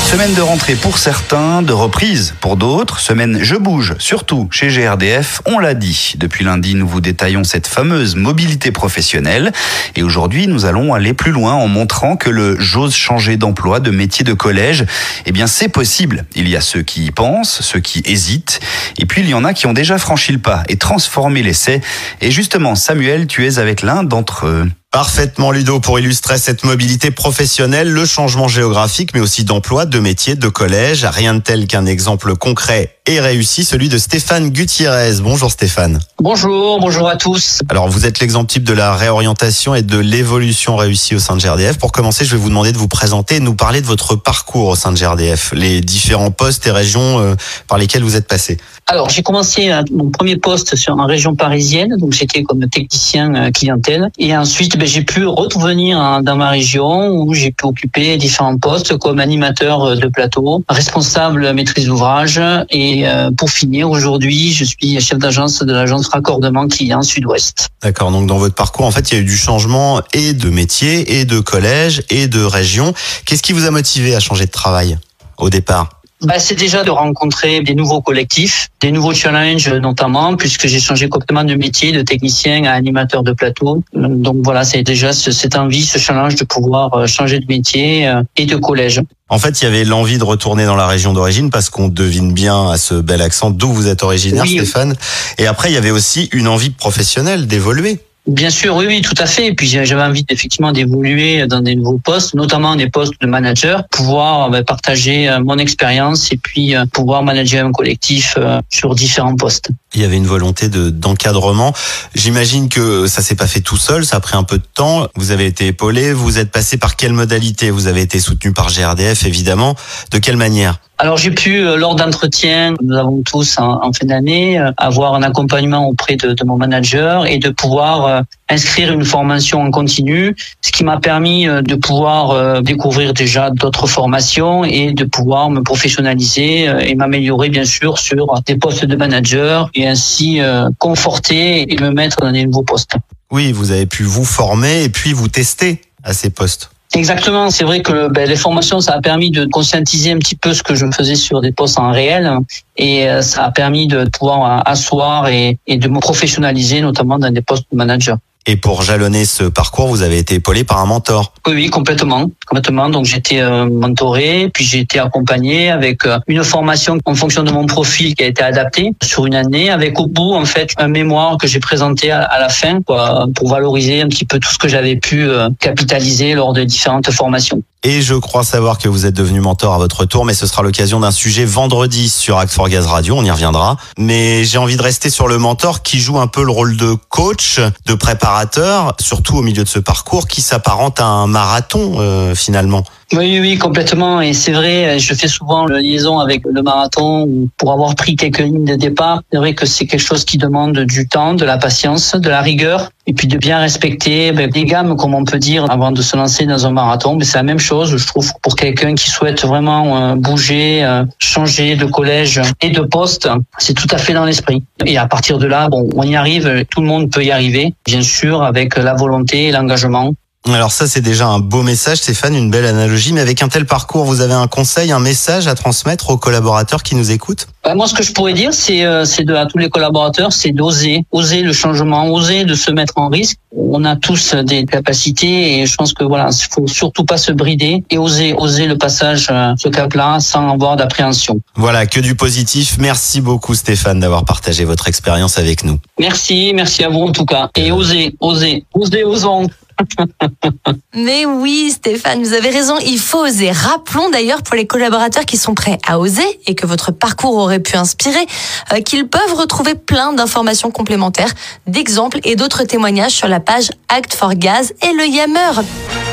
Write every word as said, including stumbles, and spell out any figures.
Semaine de rentrée pour certains, de reprise pour d'autres. Semaine je bouge, surtout chez G R D F, on l'a dit. Depuis lundi, nous vous détaillons cette fameuse mobilité professionnelle. Et aujourd'hui, nous allons aller plus loin en montrant que le « j'ose changer d'emploi, de métier, de collège », eh bien c'est possible. Il y a ceux qui y pensent, ceux qui hésitent. Et puis il y en a qui ont déjà franchi le pas et transformé l'essai. Et justement, Samuel, tu es avec l'un d'entre eux. Parfaitement, Ludo, pour illustrer cette mobilité professionnelle, le changement géographique, mais aussi d'emploi, de métier, de collège. Rien de tel qu'un exemple concret et réussi, celui de Stéphane Gutiérrez. Bonjour Stéphane. Bonjour, bonjour à tous. Alors vous êtes l'exemple type de la réorientation et de l'évolution réussie au sein de G R D F. Pour commencer, je vais vous demander de vous présenter et de nous parler de votre parcours au sein de G R D F, les différents postes et régions euh, par lesquels vous êtes passé. Alors j'ai commencé à mon premier poste sur en région parisienne, donc j'étais comme technicien clientèle, et ensuite ben, j'ai pu revenir dans ma région où j'ai pu occuper différents postes comme animateur de plateau, responsable maîtrise d'ouvrage, et euh, pour finir aujourd'hui je suis chef d'agence de l'agence raccordement client Sud-Ouest. D'accord, donc dans votre parcours en fait il y a eu du changement et de métier et de collège et de région. Qu'est-ce qui vous a motivé à changer de travail au départ ? Bah, c'est déjà de rencontrer des nouveaux collectifs, des nouveaux challenges notamment, puisque j'ai changé complètement de métier, de technicien à animateur de plateau. Donc voilà, c'est déjà cette envie, ce challenge de pouvoir changer de métier et de collège. En fait, il y avait l'envie de retourner dans la région d'origine parce qu'on devine bien à ce bel accent d'où vous êtes originaire, oui. Stéphane. Et après, il y avait aussi une envie professionnelle d'évoluer. Bien sûr, oui, oui, tout à fait. Et puis j'avais envie effectivement d'évoluer dans des nouveaux postes, notamment des postes de manager, pouvoir bah, partager mon expérience et puis euh, pouvoir manager un collectif euh, sur différents postes. Il y avait une volonté de d'encadrement. J'imagine que ça s'est pas fait tout seul, ça a pris un peu de temps. Vous avez été épaulé, vous êtes passé par quelle modalité ? Vous avez été soutenu par G R D F évidemment. De quelle manière ? Alors j'ai pu, lors d'entretiens, nous avons tous en, en fin d'année, avoir un accompagnement auprès de, de mon manager et de pouvoir euh, inscrire une formation en continu, ce qui m'a permis de pouvoir euh, découvrir déjà d'autres formations et de pouvoir me professionnaliser euh, et m'améliorer bien sûr sur des postes de manager et ainsi euh, conforter et me mettre dans des nouveaux postes. Oui, vous avez pu vous former et puis vous tester à ces postes. Exactement, c'est vrai que ben, les formations, ça a permis de conscientiser un petit peu ce que je faisais sur des postes en réel et euh, ça a permis de pouvoir asseoir et, et de me professionnaliser, notamment dans des postes de manager. Et pour jalonner ce parcours, vous avez été épaulé par un mentor. Oui, oui, complètement, complètement. Donc j'ai été euh, mentoré, puis j'ai été accompagné avec euh, une formation en fonction de mon profil qui a été adaptée sur une année, avec au bout en fait un mémoire que j'ai présenté à, à la fin, quoi, pour valoriser un petit peu tout ce que j'avais pu euh, capitaliser lors de différentes formations. Et je crois savoir que vous êtes devenu mentor à votre tour, mais ce sera l'occasion d'un sujet vendredi sur Act for Gaz Radio, on y reviendra. Mais j'ai envie de rester sur le mentor qui joue un peu le rôle de coach, de préparateur, surtout au milieu de ce parcours qui s'apparente à un marathon euh, finalement. Oui, oui, complètement. Et c'est vrai, je fais souvent la liaison avec le marathon pour avoir pris quelques lignes de départ. C'est vrai que c'est quelque chose qui demande du temps, de la patience, de la rigueur et puis de bien respecter ben, les gammes, comme on peut dire, avant de se lancer dans un marathon. Mais c'est la même chose, je trouve, pour quelqu'un qui souhaite vraiment euh, bouger, euh, changer de collège et de poste. C'est tout à fait dans l'esprit. Et à partir de là, bon, on y arrive, tout le monde peut y arriver, bien sûr, avec la volonté et l'engagement. Alors ça, c'est déjà un beau message, Stéphane, une belle analogie. Mais avec un tel parcours, vous avez un conseil, un message à transmettre aux collaborateurs qui nous écoutent ? Bah, moi, ce que je pourrais dire, c'est, euh, c'est de, à tous les collaborateurs, c'est d'oser, oser le changement, oser de se mettre en risque. On a tous des capacités et je pense que voilà, il faut surtout pas se brider et oser, oser le passage, euh, ce cap-là, sans avoir d'appréhension. Voilà, que du positif. Merci beaucoup, Stéphane, d'avoir partagé votre expérience avec nous. Merci, merci à vous en tout cas. Et oser, oser, oser, osons. Mais oui, Stéphane, vous avez raison, il faut oser. Rappelons d'ailleurs pour les collaborateurs qui sont prêts à oser et que votre parcours aurait pu inspirer, euh, qu'ils peuvent retrouver plein d'informations complémentaires, d'exemples et d'autres témoignages sur la page Act for Gaz et le Yammer.